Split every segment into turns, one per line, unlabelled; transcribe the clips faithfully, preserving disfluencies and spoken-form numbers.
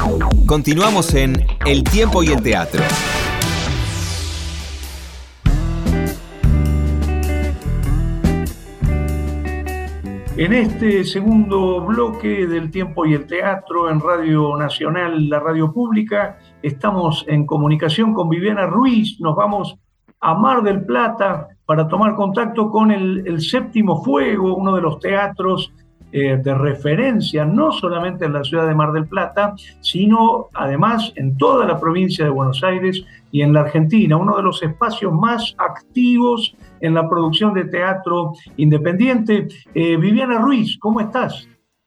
Continuamos en El Tiempo y el Teatro.
En este segundo bloque del Tiempo y el Teatro en Radio Nacional, la radio pública, estamos en comunicación con Viviana Ruiz. Nos vamos a Mar del Plata para tomar contacto con el, el Séptimo Fuego, uno de los teatros eh, de referencia, no solamente en la ciudad de Mar del Plata, sino además en toda la provincia de Buenos Aires y en la Argentina, uno de los espacios más activos en la producción de teatro independiente. Eh, Viviana Ruiz, ¿cómo estás?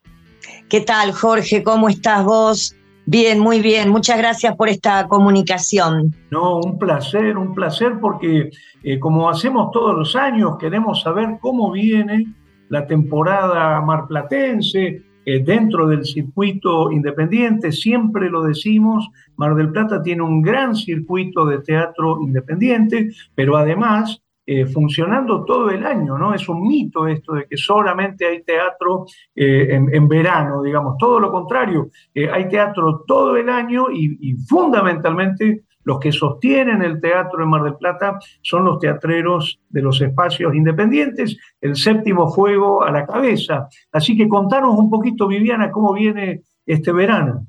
¿Qué tal, Jorge? ¿Cómo estás vos? Bien, muy bien. Muchas gracias por esta comunicación.
No, un placer, un placer, porque eh, como hacemos todos los años, queremos saber cómo viene la temporada marplatense eh, dentro del circuito independiente. Siempre lo decimos, Mar del Plata tiene un gran circuito de teatro independiente, pero además Eh, funcionando todo el año, ¿no? Es un mito esto de que solamente hay teatro eh, en, en verano, digamos, todo lo contrario, eh, hay teatro todo el año y, y fundamentalmente los que sostienen el teatro en Mar del Plata son los teatreros de los espacios independientes, el Séptimo Fuego a la cabeza. Así que contanos un poquito, Viviana, cómo viene este verano.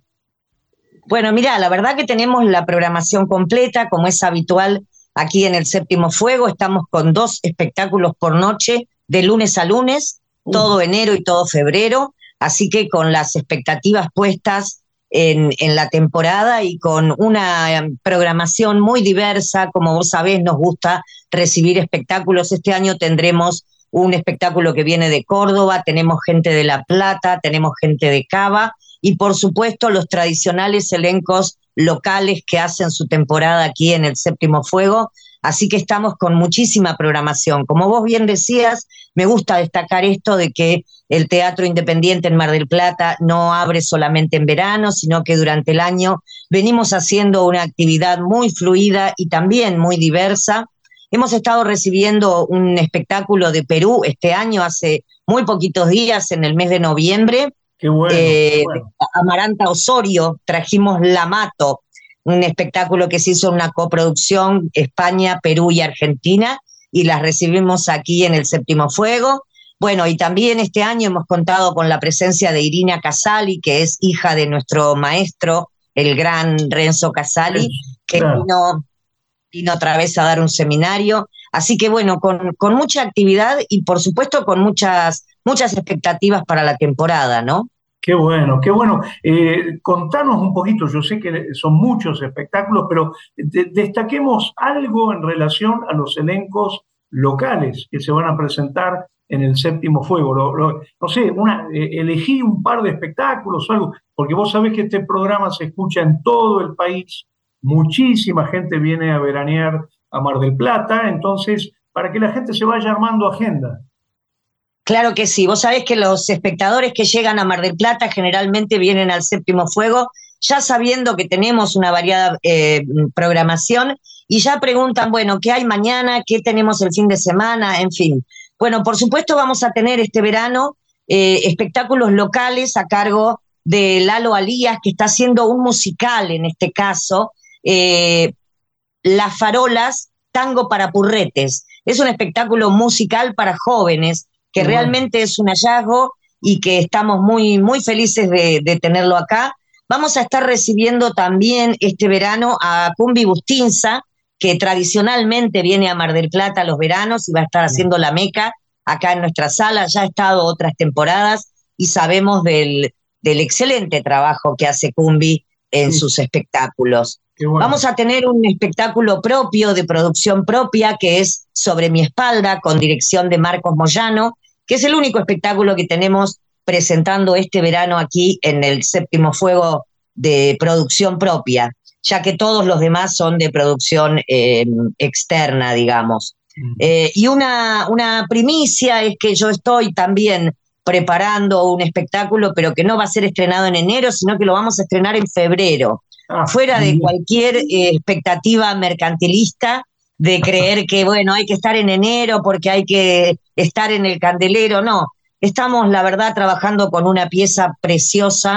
Bueno, mirá, la verdad que tenemos la programación completa, como es habitual. Aquí en el Séptimo Fuego estamos con dos espectáculos por noche, de lunes a lunes, todo enero y todo febrero, así que con las expectativas puestas en, en la temporada y con una programación muy diversa. Como vos sabés, nos gusta recibir espectáculos. Este año tendremos un espectáculo que viene de Córdoba, tenemos gente de La Plata, tenemos gente de Cava y por supuesto los tradicionales elencos locales que hacen su temporada aquí en el Séptimo Fuego, así que estamos con muchísima programación. Como vos bien decías, me gusta destacar esto de que el teatro independiente en Mar del Plata no abre solamente en verano, sino que durante el año venimos haciendo una actividad muy fluida y también muy diversa. Hemos estado recibiendo un espectáculo de Perú este año, hace muy poquitos días, en el mes de noviembre.
Qué bueno,
eh,
qué bueno.
Amaranta Osorio, trajimos La Mato, un espectáculo que se hizo en una coproducción España, Perú y Argentina, y las recibimos aquí en el Séptimo Fuego. Bueno, y también este año hemos contado con la presencia de Irina Casali, que es hija de nuestro maestro, el gran Renzo Casali, que
claro.
vino, vino otra vez a dar un seminario. Así que bueno, con, con mucha actividad y por supuesto con muchas, muchas expectativas para la temporada, ¿no?
Qué bueno, qué bueno. Eh, contanos un poquito, yo sé que son muchos espectáculos, pero de, destaquemos algo en relación a los elencos locales que se van a presentar en el Séptimo Fuego. Lo, lo, no sé, una, eh, elegí un par de espectáculos o algo, porque vos sabés que este programa se escucha en todo el país, muchísima gente viene a veranear a Mar del Plata, entonces, para que la gente se vaya armando agenda.
Claro que sí. Vos sabés que los espectadores que llegan a Mar del Plata generalmente vienen al Séptimo Fuego ya sabiendo que tenemos una variada eh, programación y ya preguntan, bueno, ¿qué hay mañana? ¿Qué tenemos el fin de semana? En fin. Bueno, por supuesto vamos a tener este verano eh, espectáculos locales a cargo de Lalo Alías, que está haciendo un musical en este caso, eh, Las Farolas, Tango para Purretes. Es un espectáculo musical para jóvenes que bueno, realmente es un hallazgo y que estamos muy, muy felices de, de tenerlo acá. Vamos a estar recibiendo también este verano a Cumbi Bustinza, que tradicionalmente viene a Mar del Plata los veranos y va a estar haciendo la meca acá en nuestra sala. Ya ha estado otras temporadas y sabemos del, del excelente trabajo que hace Cumbi en sí. sus espectáculos. Bueno. Vamos a tener un espectáculo propio, de producción propia, que es Sobre mi espalda, con dirección de Marcos Moyano, que es el único espectáculo que tenemos presentando este verano aquí en el Séptimo Fuego de producción propia, ya que todos los demás son de producción eh, externa, digamos. Uh-huh. Eh, y una, una primicia es que yo estoy también preparando un espectáculo, pero que no va a ser estrenado en enero, sino que lo vamos a estrenar en febrero. Ah, fuera de cualquier eh, expectativa mercantilista de creer que, bueno, hay que estar en enero porque hay que estar en el candelero. No, estamos, la verdad, trabajando con una pieza preciosa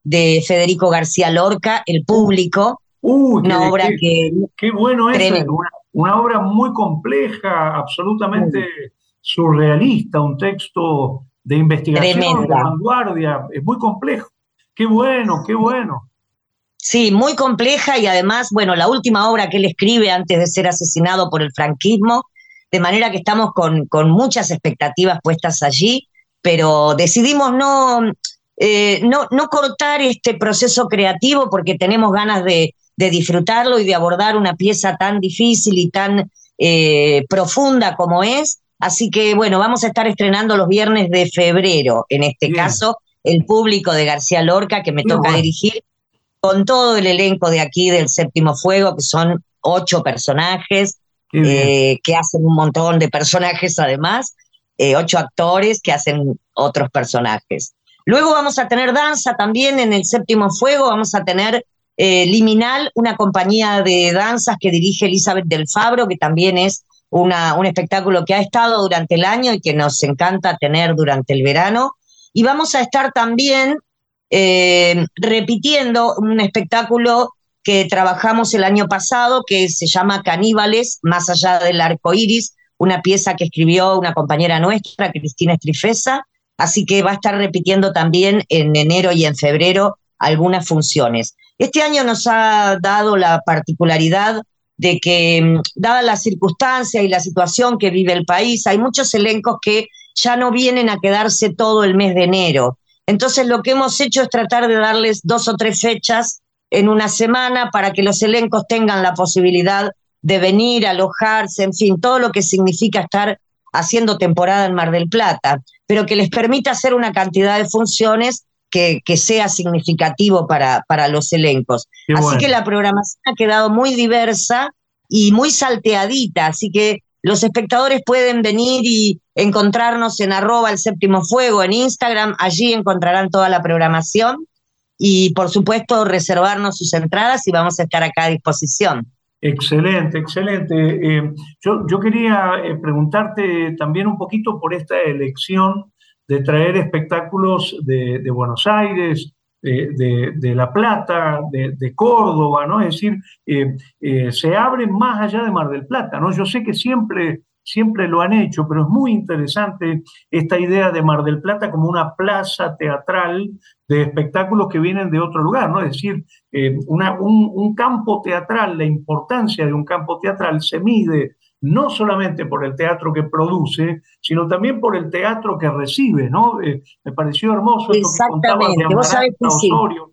de Federico García Lorca, El Público,
Uy,
una
qué,
obra
qué,
que...
qué bueno eso,
Tremenda.
una, una obra muy compleja, absolutamente surrealista, un texto de investigación, de
Tremenda.
vanguardia, es muy complejo. Qué bueno, qué bueno.
Sí, muy compleja y además, bueno, la última obra que él escribe antes de ser asesinado por el franquismo, de manera que estamos con, con muchas expectativas puestas allí, pero decidimos no, eh, no, no cortar este proceso creativo porque tenemos ganas de, de disfrutarlo y de abordar una pieza tan difícil y tan eh, profunda como es. Así que, bueno, vamos a estar estrenando los viernes de febrero, en este
Bien,
caso, El Público de García Lorca, que me
qué
toca
bueno,
dirigir con todo el elenco de aquí del Séptimo Fuego, que son ocho personajes,
qué bien.
eh, que hacen un montón de personajes además, eh, ocho actores que hacen otros personajes. Luego vamos a tener danza también en el Séptimo Fuego, vamos a tener eh, Liminal, una compañía de danzas que dirige Elizabeth Del Fabro, que también es una, un espectáculo que ha estado durante el año y que nos encanta tener durante el verano. Y vamos a estar también eh, repitiendo un espectáculo que trabajamos el año pasado, que se llama Caníbales, más allá del arco iris, una pieza que escribió una compañera nuestra, Cristina Estrifesa, así que va a estar repitiendo también en enero y en febrero algunas funciones. Este año nos ha dado la particularidad de que, dada la circunstancia y la situación que vive el país, hay muchos elencos que ya no vienen a quedarse todo el mes de enero. Entonces lo que hemos hecho es tratar de darles dos o tres fechas en una semana para que los elencos tengan la posibilidad de venir, alojarse, en fin, todo lo que significa estar haciendo temporada en Mar del Plata, pero que les permita hacer una cantidad de funciones que, que sea significativo para, para los elencos.
Qué
Así
bueno.
que la programación ha quedado muy diversa y muy salteadita, así que los espectadores pueden venir y encontrarnos en arroba el séptimo fuego en Instagram, allí encontrarán toda la programación y por supuesto reservarnos sus entradas y vamos a estar acá a disposición.
Excelente, excelente. Eh, yo, yo quería eh, preguntarte también un poquito por esta elección de traer espectáculos de, de Buenos Aires, de, de, de La Plata, de, de Córdoba, ¿no? Es decir, eh, eh, se abren más allá de Mar del Plata, ¿no? Yo sé que siempre, siempre lo han hecho, pero es muy interesante esta idea de Mar del Plata como una plaza teatral de espectáculos que vienen de otro lugar, ¿no? Es decir, eh, una, un, un campo teatral, la importancia de un campo teatral se mide no solamente por el teatro que produce, sino también por el teatro que recibe, ¿no? Eh, me pareció hermoso esto que contabas de
Exactamente, vos sabés
Amaranta,
que sí.
Osorio.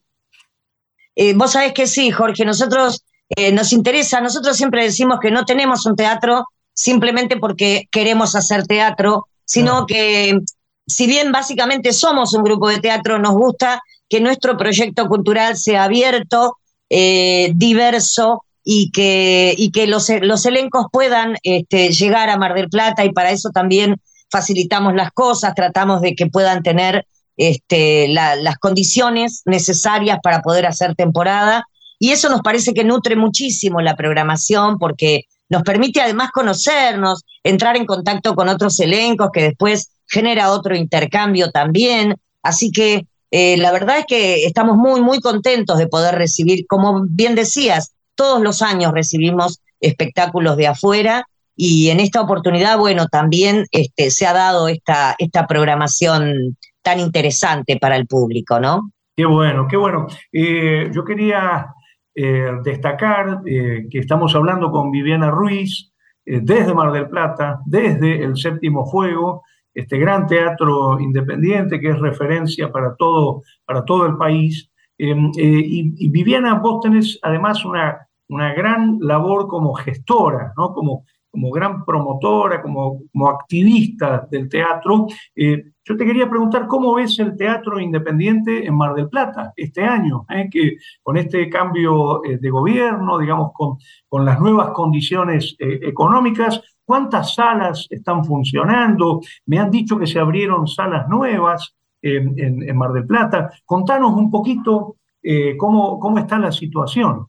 Eh, vos sabés que sí, Jorge, nosotros eh, nos interesa, nosotros siempre decimos que no tenemos un teatro simplemente porque queremos hacer teatro, sino
Claro.
que si bien básicamente somos un grupo de teatro, nos gusta que nuestro proyecto cultural sea abierto, eh, diverso y que, y que los, los elencos puedan este, llegar a Mar del Plata y para eso también facilitamos las cosas, tratamos de que puedan tener este, la, las condiciones necesarias para poder hacer temporada y eso nos parece que nutre muchísimo la programación porque nos permite además conocernos, entrar en contacto con otros elencos que después genera otro intercambio también, así que eh, la verdad es que estamos muy, muy contentos de poder recibir, como bien decías, todos los años recibimos espectáculos de afuera y en esta oportunidad, bueno, también este, se ha dado esta, esta programación tan interesante para el público, ¿no?
Qué bueno, qué bueno. Eh, yo quería eh, destacar eh, que estamos hablando con Viviana Ruiz eh, desde Mar del Plata, desde el Séptimo Fuego, este gran teatro independiente que es referencia para todo, para todo el país. Eh, eh, y, y Viviana, vos tenés además una, una gran labor como gestora, ¿no? Como, como gran promotora, como, como activista del teatro. Eh, yo te quería preguntar cómo ves el teatro independiente en Mar del Plata este año, ¿eh? Que con este cambio eh, de gobierno, digamos, con, con las nuevas condiciones eh, económicas, ¿cuántas salas están funcionando? Me han dicho que se abrieron salas nuevas eh, en, en Mar del Plata. Contanos un poquito eh, cómo, cómo está la situación.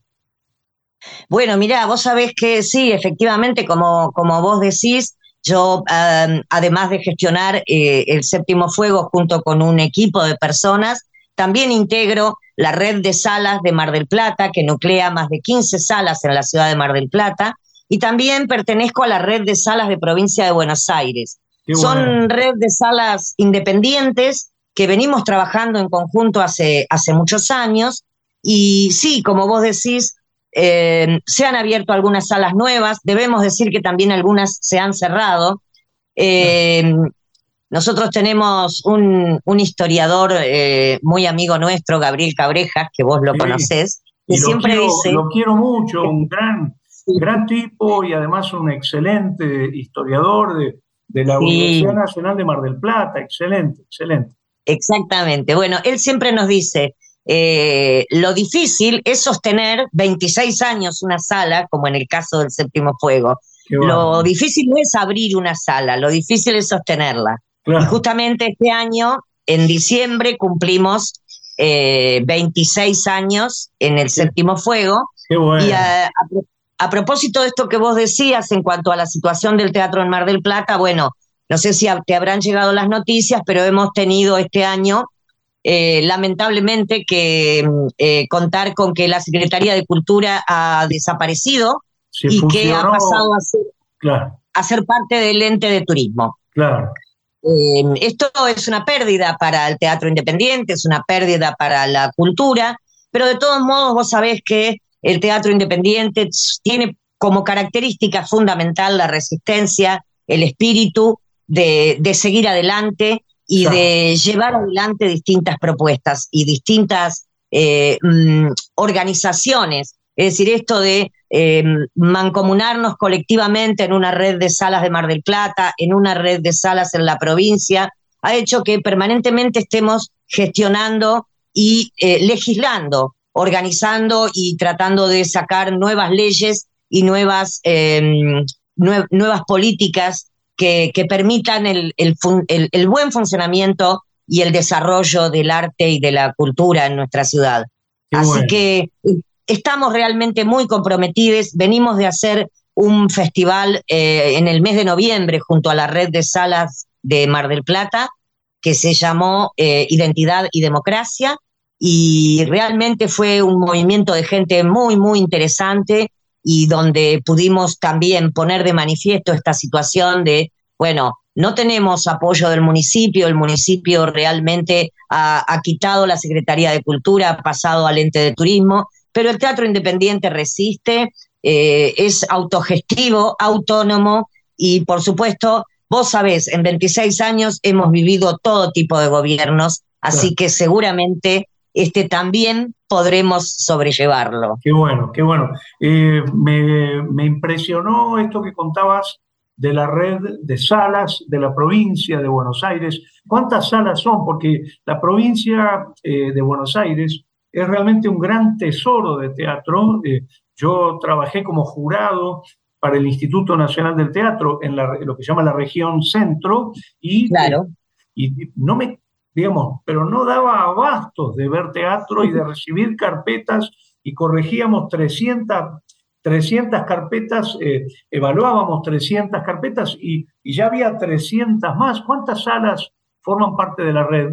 Bueno, mirá, vos sabés que sí, efectivamente, como, como vos decís, yo, um, además de gestionar eh, el Séptimo Fuego junto con un equipo de personas, también integro la red de salas de Mar del Plata, que nuclea más de quince salas en la ciudad de Mar del Plata, y también pertenezco a la red de salas de provincia de Buenos Aires. Qué Son bueno. red de salas independientes que venimos trabajando en conjunto hace, hace muchos años, y sí, como vos decís, eh, se han abierto algunas salas nuevas, debemos decir que también algunas se han cerrado. Eh, nosotros tenemos un, un historiador eh, muy amigo nuestro, Gabriel Cabrejas, que vos lo sí. conocés, que
y
siempre
lo quiero,
dice...
Lo quiero mucho, un gran, sí. gran tipo y además un excelente historiador de, de la sí. Universidad Nacional de Mar del Plata, excelente, excelente.
Exactamente, bueno, él siempre nos dice, eh, lo difícil es sostener veintiséis años una sala, como en el caso del Séptimo Fuego. Bueno. Lo difícil no es abrir una sala, lo difícil es sostenerla. Claro. Y justamente este año, en diciembre, cumplimos eh, veintiséis años en el sí. Séptimo Fuego.
Qué bueno.
Y a, a, a propósito de esto que vos decías en cuanto a la situación del teatro en Mar del Plata, bueno, no sé si te habrán llegado las noticias, pero hemos tenido este año, eh, lamentablemente, que eh, contar con que la Secretaría de Cultura ha desaparecido
Se
y
fusionó.
que ha pasado a ser,
claro.
a ser parte del ente de turismo.
Claro.
Eh, esto es una pérdida para el teatro independiente, es una pérdida para la cultura, pero de todos modos vos sabés que el teatro independiente tiene como característica fundamental la resistencia, el espíritu de, de seguir adelante y claro. de llevar adelante distintas propuestas y distintas eh, mm, organizaciones. Es decir, esto de eh, mancomunarnos colectivamente en una red de salas de Mar del Plata, en una red de salas en la provincia, ha hecho que permanentemente estemos gestionando y eh, legislando, organizando y tratando de sacar nuevas leyes y nuevas, eh, nue nuevas políticas que, que permitan el, el, el, el buen funcionamiento y el desarrollo del arte y de la cultura en nuestra ciudad. Qué Así bueno. que estamos realmente muy comprometidos, venimos de hacer un festival eh, en el mes de noviembre junto a la red de salas de Mar del Plata, que se llamó eh, Identidad y Democracia, y realmente fue un movimiento de gente muy, muy interesante y donde pudimos también poner de manifiesto esta situación de, bueno, no tenemos apoyo del municipio, el municipio realmente ha, ha quitado la Secretaría de Cultura, ha pasado al ente de turismo, pero el teatro independiente resiste, eh, es autogestivo, autónomo y por supuesto, vos sabés, en veintiséis años hemos vivido todo tipo de gobiernos, así claro. que seguramente este también podremos sobrellevarlo.
Qué bueno, qué bueno. Eh, me, me impresionó esto que contabas de la red de salas de la provincia de Buenos Aires. ¿Cuántas salas son? Porque la provincia eh, de Buenos Aires es realmente un gran tesoro de teatro. Eh, yo trabajé como jurado para el Instituto Nacional del Teatro en la, lo que se llama la región centro y,
claro.
eh, y no me, digamos, pero no daba abastos de ver teatro y de recibir carpetas y corregíamos trescientas, trescientas carpetas, eh, evaluábamos trescientas carpetas y, y ya había trescientas más. ¿Cuántas salas forman parte de la red?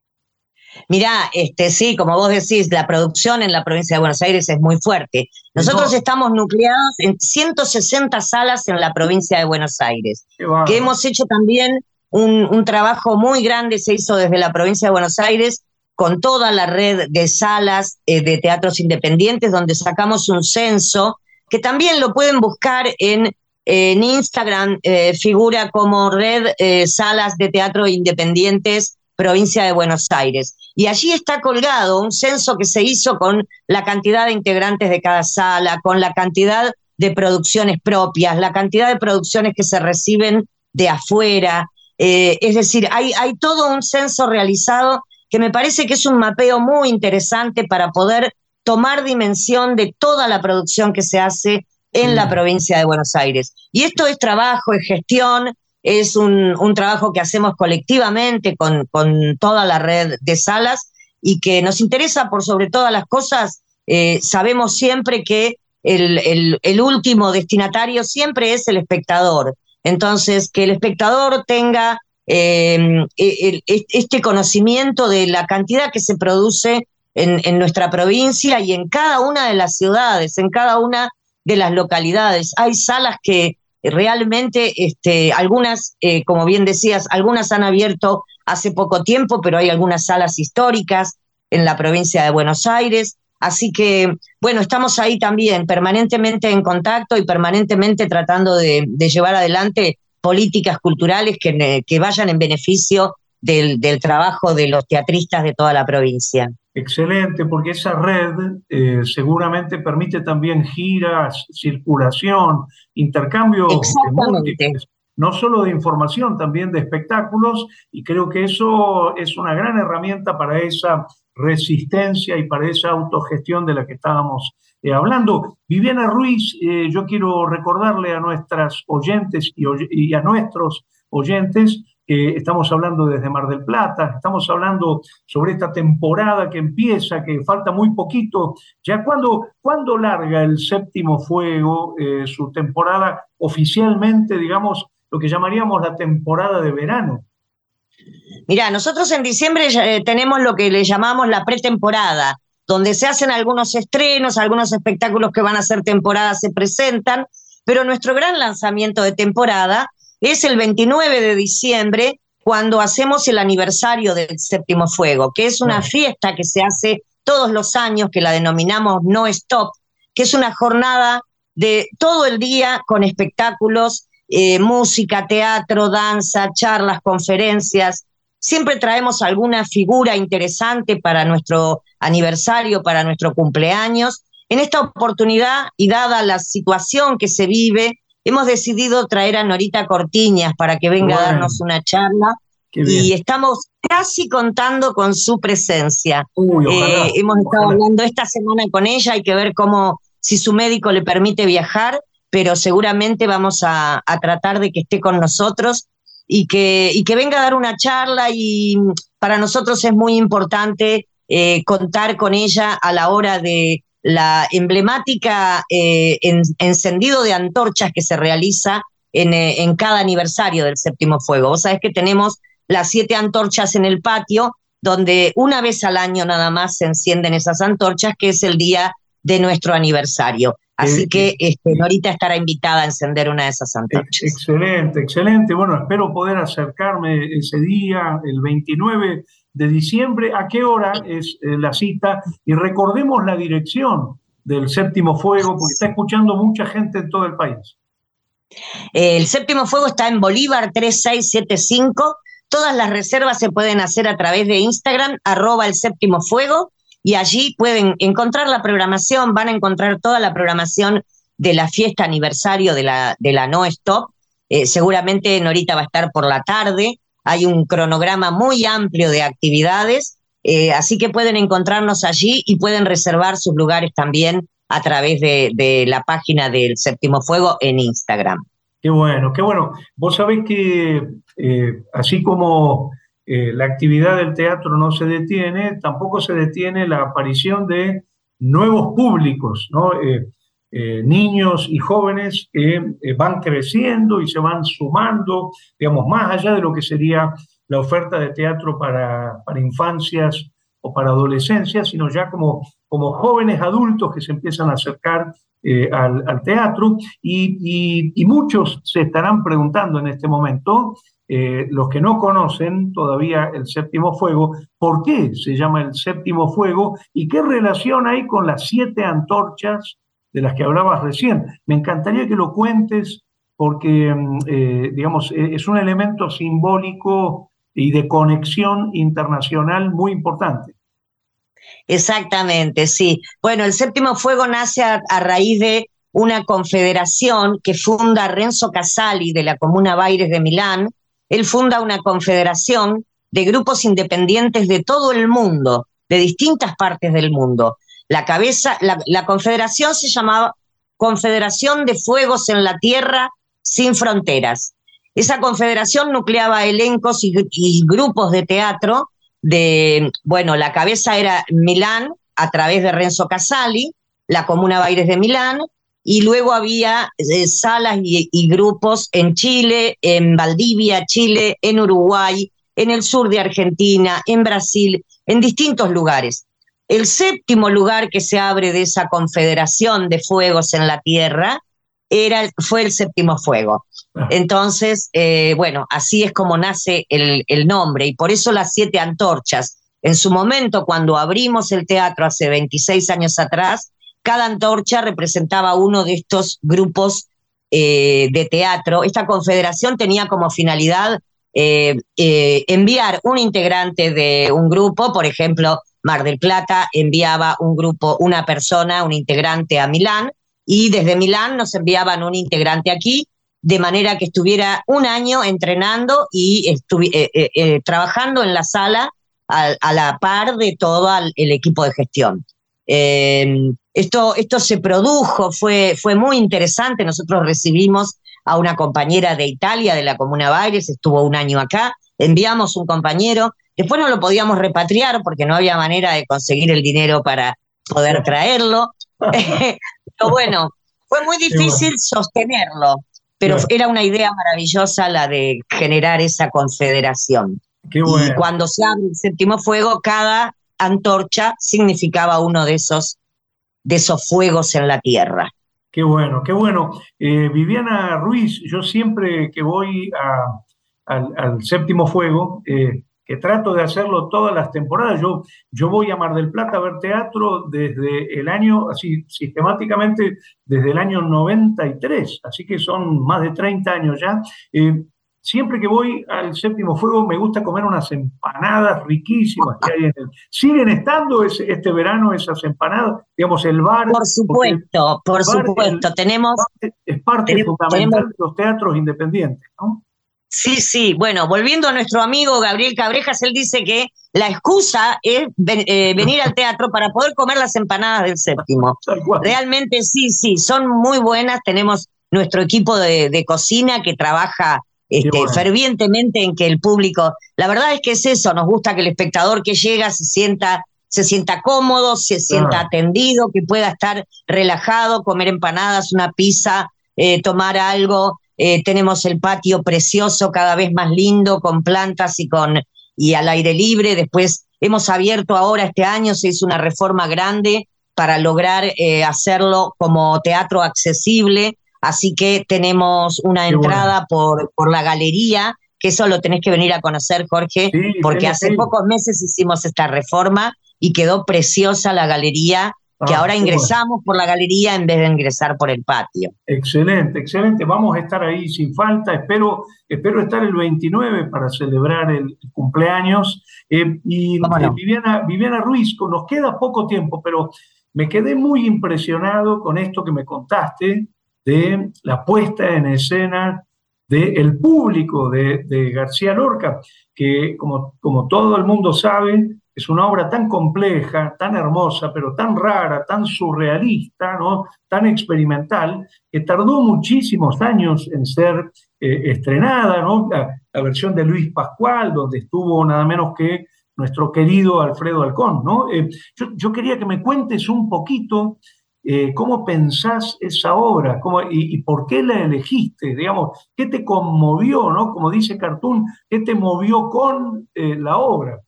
Mirá, este, sí, como vos decís, la producción en la provincia de Buenos Aires es muy fuerte. Nosotros estamos nucleados en ciento sesenta salas en la provincia de Buenos Aires, que hemos hecho también un, un trabajo muy grande, se hizo desde la provincia de Buenos Aires, con toda la red de salas eh, de teatros independientes, donde sacamos un censo, que también lo pueden buscar en, en Instagram, eh, figura como Red eh, Salas de Teatro Independientes Provincia de Buenos Aires. Y allí está colgado un censo que se hizo con la cantidad de integrantes de cada sala, con la cantidad de producciones propias, la cantidad de producciones que se reciben de afuera. Eh, es decir, hay, hay todo un censo realizado que me parece que es un mapeo muy interesante para poder tomar dimensión de toda la producción que se hace en la provincia de Buenos Aires. Y esto es trabajo, es gestión, es un, un trabajo que hacemos colectivamente con, con toda la red de salas y que nos interesa por sobre todas las cosas. Eh, sabemos siempre que el, el, el último destinatario siempre es el espectador. Entonces, que el espectador tenga eh, el, este conocimiento de la cantidad que se produce en, en nuestra provincia y en cada una de las ciudades, en cada una de las localidades. Hay salas que realmente, este, algunas, eh, como bien decías, algunas han abierto hace poco tiempo, pero hay algunas salas históricas en la provincia de Buenos Aires. Así que, bueno, estamos ahí también permanentemente en contacto y permanentemente tratando de, de llevar adelante políticas culturales que, que vayan en beneficio del, del trabajo de los teatristas de toda la provincia.
Excelente, porque esa red eh, seguramente permite también giras, circulación, intercambio de múltiples, no solo de información, también de espectáculos, y creo que eso es una gran herramienta para esa resistencia y para esa autogestión de la que estábamos eh, hablando. Viviana Ruiz, eh, yo quiero recordarle a nuestras oyentes y, y a nuestros oyentes que estamos hablando desde Mar del Plata, estamos hablando sobre esta temporada que empieza, que falta muy poquito. Ya cuando, ¿cuándo larga el Séptimo Fuego eh, su temporada oficialmente, digamos, lo que llamaríamos la temporada de verano?
Mirá, nosotros en diciembre eh, tenemos lo que le llamamos la pretemporada, donde se hacen algunos estrenos, algunos espectáculos que van a ser temporada se presentan, pero nuestro gran lanzamiento de temporada es el veintinueve de diciembre, cuando hacemos el aniversario del Séptimo Fuego, que es una fiesta que se hace todos los años, que la denominamos No Stop, que es una jornada de todo el día con espectáculos, eh, música, teatro, danza, charlas, conferencias. Siempre traemos alguna figura interesante para nuestro aniversario, para nuestro cumpleaños. En esta oportunidad, y dada la situación que se vive, hemos decidido traer a Norita Cortiñas para que venga bueno, a darnos una charla y estamos casi contando con su presencia.
Uy, ojalá,
eh, hemos estado
ojalá.
hablando esta semana con ella, hay que ver cómo, si su médico le permite viajar, pero seguramente vamos a, a tratar de que esté con nosotros y que, y que venga a dar una charla, y para nosotros es muy importante eh, contar con ella a la hora de la emblemática eh, en, encendido de antorchas que se realiza en, eh, en cada aniversario del Séptimo Fuego. Vos sabés que tenemos las siete antorchas en el patio, donde una vez al año nada más se encienden esas antorchas, que es el día de nuestro aniversario. Así eh, que este, Norita estará invitada a encender una de esas antorchas.
Excelente, excelente. Bueno, espero poder acercarme ese día, el veintinueve de diciembre. ¿A qué hora es eh, la cita? Y recordemos la dirección del Séptimo Fuego, porque está escuchando mucha gente en todo el país.
Eh, el Séptimo Fuego está en Bolívar tres seis siete cinco. Todas las reservas se pueden hacer a través de Instagram, arroba el Séptimo Fuego, y allí pueden encontrar la programación, van a encontrar toda la programación de la fiesta aniversario de la, de la No Stop. Eh, seguramente Norita va a estar por la tarde. Hay un cronograma muy amplio de actividades, eh, así que pueden encontrarnos allí y pueden reservar sus lugares también a través de, de la página del Séptimo Fuego en Instagram.
Qué bueno, qué bueno. Vos sabés que eh, así como eh, la actividad del teatro no se detiene, tampoco se detiene la aparición de nuevos públicos, ¿no? Eh, Eh, niños y jóvenes que eh, van creciendo y se van sumando, digamos, más allá de lo que sería la oferta de teatro para, para infancias o para adolescencias, sino ya como, como jóvenes adultos que se empiezan a acercar eh, al, al teatro, y, y, y muchos se estarán preguntando en este momento, eh, los que no conocen todavía el Séptimo Fuego, ¿por qué se llama el Séptimo Fuego y qué relación hay con las siete antorchas de las que hablabas recién? Me encantaría que lo cuentes porque, eh, digamos, es un elemento simbólico y de conexión internacional muy importante.
Exactamente, sí. Bueno, el Séptimo Fuego nace a, a raíz de una confederación que funda Renzo Casali de la Comuna Baires de Milán. Él funda una confederación de grupos independientes de todo el mundo, de distintas partes del mundo. La cabeza, la, la confederación se llamaba Confederación de Fuegos en la Tierra Sin Fronteras. Esa confederación nucleaba elencos y, y grupos de teatro de, bueno, la cabeza era Milán, a través de Renzo Casali, la Comuna Baires de Milán, y luego había eh, salas y, y grupos en Chile, en Valdivia, Chile, en Uruguay, en el sur de Argentina, en Brasil, en distintos lugares. el séptimo lugar que se abre de esa confederación de fuegos en la tierra era, fue el séptimo fuego. Entonces, eh, bueno, así es como nace el, el nombre, y por eso las siete antorchas. En su momento, cuando abrimos el teatro hace veintiséis años atrás, cada antorcha representaba uno de estos grupos eh, de teatro. Esta confederación tenía como finalidad eh, eh, enviar un integrante de un grupo, por ejemplo, Mar del Plata enviaba un grupo, una persona, un integrante a Milán, y desde Milán nos enviaban un integrante aquí, de manera que estuviera un año entrenando y estuvi- eh, eh, eh, trabajando en la sala a, a la par de todo el equipo de gestión. Eh, esto, esto se produjo, fue, fue muy interesante. Nosotros recibimos a una compañera de Italia, de la Comuna Baires, estuvo un año acá, enviamos un compañero, después no lo podíamos repatriar porque no había manera de conseguir el dinero para poder traerlo. Pero bueno, fue muy difícil sostenerlo, pero
Claro.
era una idea maravillosa la de generar esa confederación.
Qué bueno.
Y cuando se abre el séptimo fuego, cada antorcha significaba uno de esos, de esos fuegos en la tierra.
Qué bueno, qué bueno. Eh, Viviana Ruiz, yo siempre que voy a, al, al séptimo fuego, eh, que trato de hacerlo todas las temporadas, yo, yo voy a Mar del Plata a ver teatro desde el año, así sistemáticamente, desde el año noventa y tres, así que son más de treinta años ya. Eh, Siempre que voy al séptimo fuego me gusta comer unas empanadas riquísimas que hay en el... ¿Siguen estando ese, este verano esas empanadas? Digamos, el bar...
Por supuesto, por
bar,
supuesto.
El,
tenemos...
es parte
tenemos,
fundamental
tenemos,
de los teatros independientes, ¿no?
Sí, sí. Bueno, volviendo a nuestro amigo Gabriel Cabrejas, él dice que la excusa es ven, eh, venir al teatro para poder comer las empanadas del séptimo. Realmente sí, sí, son muy buenas. Tenemos nuestro equipo de, de cocina que trabaja... Este, bueno. fervientemente en que el público, la verdad es que es eso, nos gusta que el espectador que llega se sienta, se sienta cómodo, se sienta claro. atendido, que pueda estar relajado, comer empanadas, una pizza, eh, tomar algo. Eh, tenemos el patio precioso, cada vez más lindo, con plantas y con y al aire libre. Después hemos abierto ahora este año, se hizo una reforma grande para lograr eh, hacerlo como teatro accesible. Así que tenemos una Qué entrada bueno. por, por la galería, que eso lo tenés que venir a conocer, Jorge, sí, porque hace sí. pocos meses hicimos esta reforma y quedó preciosa la galería, ah, que ahora ingresamos bueno. por la galería en vez de ingresar por el patio.
Excelente, excelente. Vamos a estar ahí sin falta. Espero, espero estar el veintinueve para celebrar el cumpleaños. Eh, y no? eh, Viviana, Viviana Ruiz, nos queda poco tiempo, pero me quedé muy impresionado con esto que me contaste, de la puesta en escena del público de, de García Lorca, que como, como todo el mundo sabe, es una obra tan compleja, tan hermosa, pero tan rara, tan surrealista, ¿no? Tan experimental, que tardó muchísimos años en ser eh, estrenada, ¿no? La, la versión de Luis Pascual, donde estuvo nada menos que nuestro querido Alfredo Alcón, ¿no? Eh, yo, yo quería que me cuentes un poquito Eh, ¿cómo pensás esa obra? ¿Cómo, y, ¿Y por qué la elegiste? Digamos, ¿qué te conmovió, ¿no? Como dice Cartoon, ¿qué te movió con eh, la obra?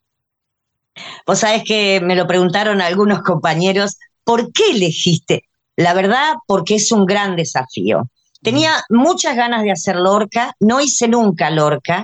Vos sabés que me lo preguntaron algunos compañeros, ¿por qué elegiste? La verdad, porque es un gran desafío. Tenía mm. muchas ganas de hacer Lorca, no hice nunca Lorca,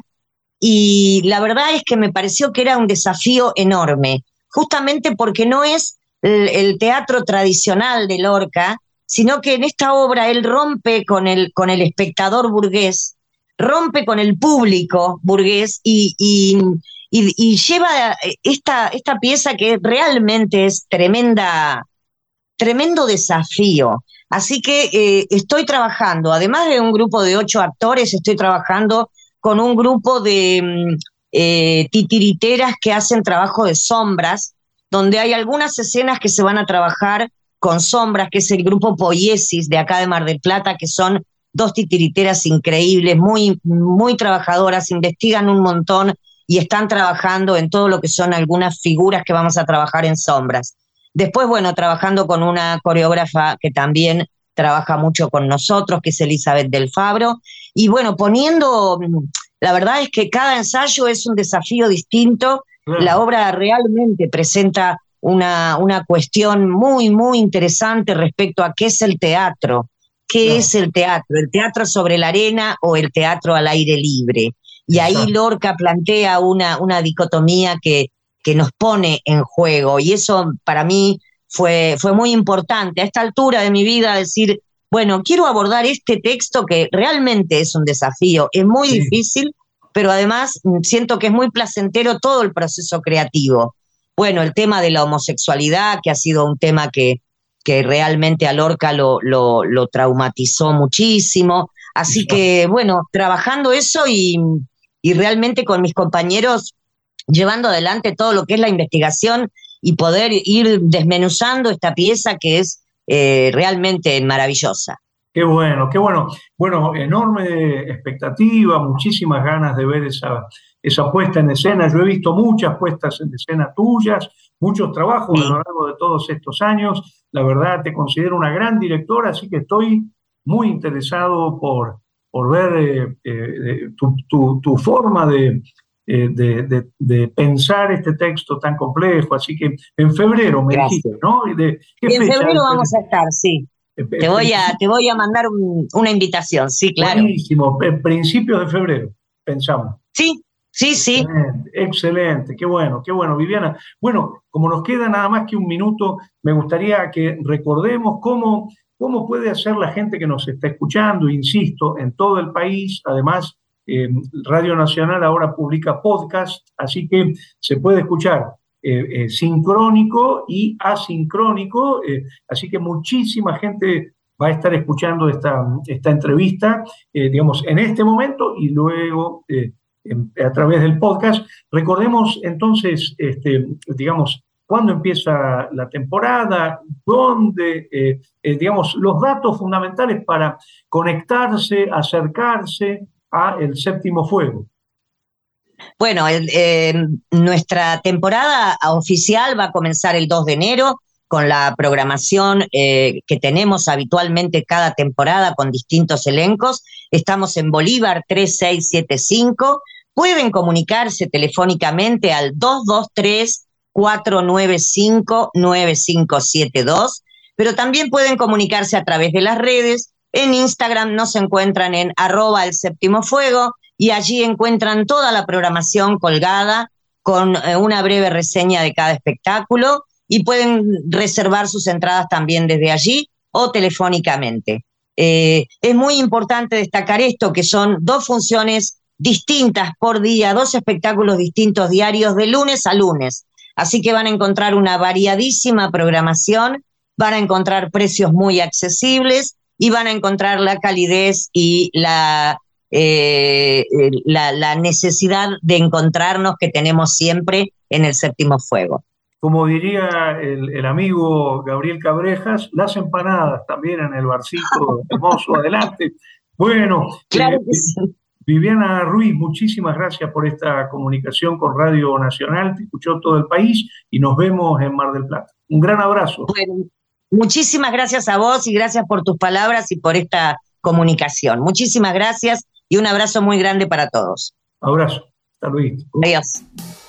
y la verdad es que me pareció que era un desafío enorme, justamente porque no es El, el teatro tradicional de Lorca, sino que en esta obra él rompe con el, con el espectador burgués, rompe con el público burgués y, y, y, y lleva esta, esta pieza que realmente es tremenda, tremendo desafío. Así que eh, estoy trabajando, además de un grupo de ocho actores, estoy trabajando con un grupo de eh, titiriteras que hacen trabajo de sombras, donde hay algunas escenas que se van a trabajar con sombras, que es el grupo Poiesis de acá de Mar del Plata, que son dos titiriteras increíbles, muy, muy trabajadoras, investigan un montón y están trabajando en todo lo que son algunas figuras que vamos a trabajar en sombras. Después, bueno, trabajando con una coreógrafa que también trabaja mucho con nosotros, que es Elizabeth del Fabro, y bueno, poniendo, la verdad es que cada ensayo es un desafío distinto. La obra realmente presenta una, una cuestión muy, muy interesante respecto a qué es el teatro. ¿Qué no. es el teatro? ¿El teatro sobre la arena o el teatro al aire libre? Y Exacto. ahí Lorca plantea una, una dicotomía que, que nos pone en juego, y eso para mí fue, fue muy importante a esta altura de mi vida, decir, bueno, quiero abordar este texto que realmente es un desafío, es muy sí. difícil, pero además siento que es muy placentero todo el proceso creativo. Bueno, el tema de la homosexualidad, que ha sido un tema que, que realmente a Lorca lo, lo, lo traumatizó muchísimo, así que bueno, trabajando eso y, y realmente con mis compañeros llevando adelante todo lo que es la investigación y poder ir desmenuzando esta pieza que es eh, realmente maravillosa.
Qué bueno, qué bueno. Bueno, enorme expectativa, muchísimas ganas de ver esa, esa puesta en escena. Yo he visto muchas puestas en escena tuyas, muchos trabajos sí. a lo largo de todos estos años. La verdad, te considero una gran directora, así que estoy muy interesado por, por ver eh, eh, tu, tu, tu forma de, eh, de, de, de pensar este texto tan complejo. Así que en febrero me
Gracias.
dijiste, ¿no? ¿De qué
y en
fecha?
febrero vamos a estar, sí. Te voy a, te voy a mandar un, una invitación, sí, claro.
Buenísimo, principios de febrero, pensamos.
Sí, sí, sí.
Excelente, excelente, qué bueno, qué bueno, Viviana. Bueno, como nos queda nada más que un minuto, me gustaría que recordemos cómo, cómo puede hacer la gente que nos está escuchando, insisto, en todo el país. Además, eh, Radio Nacional ahora publica podcast, así que se puede escuchar Eh, eh, sincrónico y asincrónico, eh, así que muchísima gente va a estar escuchando esta, esta entrevista, eh, digamos, en este momento y luego eh, en, a través del podcast. Recordemos entonces, este, digamos, cuándo empieza la temporada, dónde, eh, eh, digamos, los datos fundamentales para conectarse, acercarse a El Séptimo Fuego.
Bueno, el, eh, nuestra temporada oficial va a comenzar el dos de enero con la programación eh, que tenemos habitualmente cada temporada con distintos elencos. Estamos en Bolívar tres seis siete cinco. Pueden comunicarse telefónicamente al dos dos tres, cuatro nueve cinco, nueve cinco siete dos, pero también pueden comunicarse a través de las redes. En Instagram nos encuentran en arroba el séptimo fuego, y allí encuentran toda la programación colgada con eh, una breve reseña de cada espectáculo, y pueden reservar sus entradas también desde allí o telefónicamente. Eh, es muy importante destacar esto, que son dos funciones distintas por día, dos espectáculos distintos diarios de lunes a lunes. Así que van a encontrar una variadísima programación, van a encontrar precios muy accesibles y van a encontrar la calidez y la... Eh, la, la necesidad de encontrarnos que tenemos siempre en El Séptimo Fuego.
Como diría el, el amigo Gabriel Cabrejas, las empanadas también en el barcito hermoso adelante. Bueno,
claro
eh,
que sí.
Viviana Ruiz, muchísimas gracias por esta comunicación con Radio Nacional, te escuchó todo el país y nos vemos en Mar del Plata. Un gran abrazo.
Bueno, muchísimas gracias a vos y gracias por tus palabras y por esta comunicación. Muchísimas gracias y un abrazo muy grande para todos.
Abrazo. Hasta luego.
Adiós.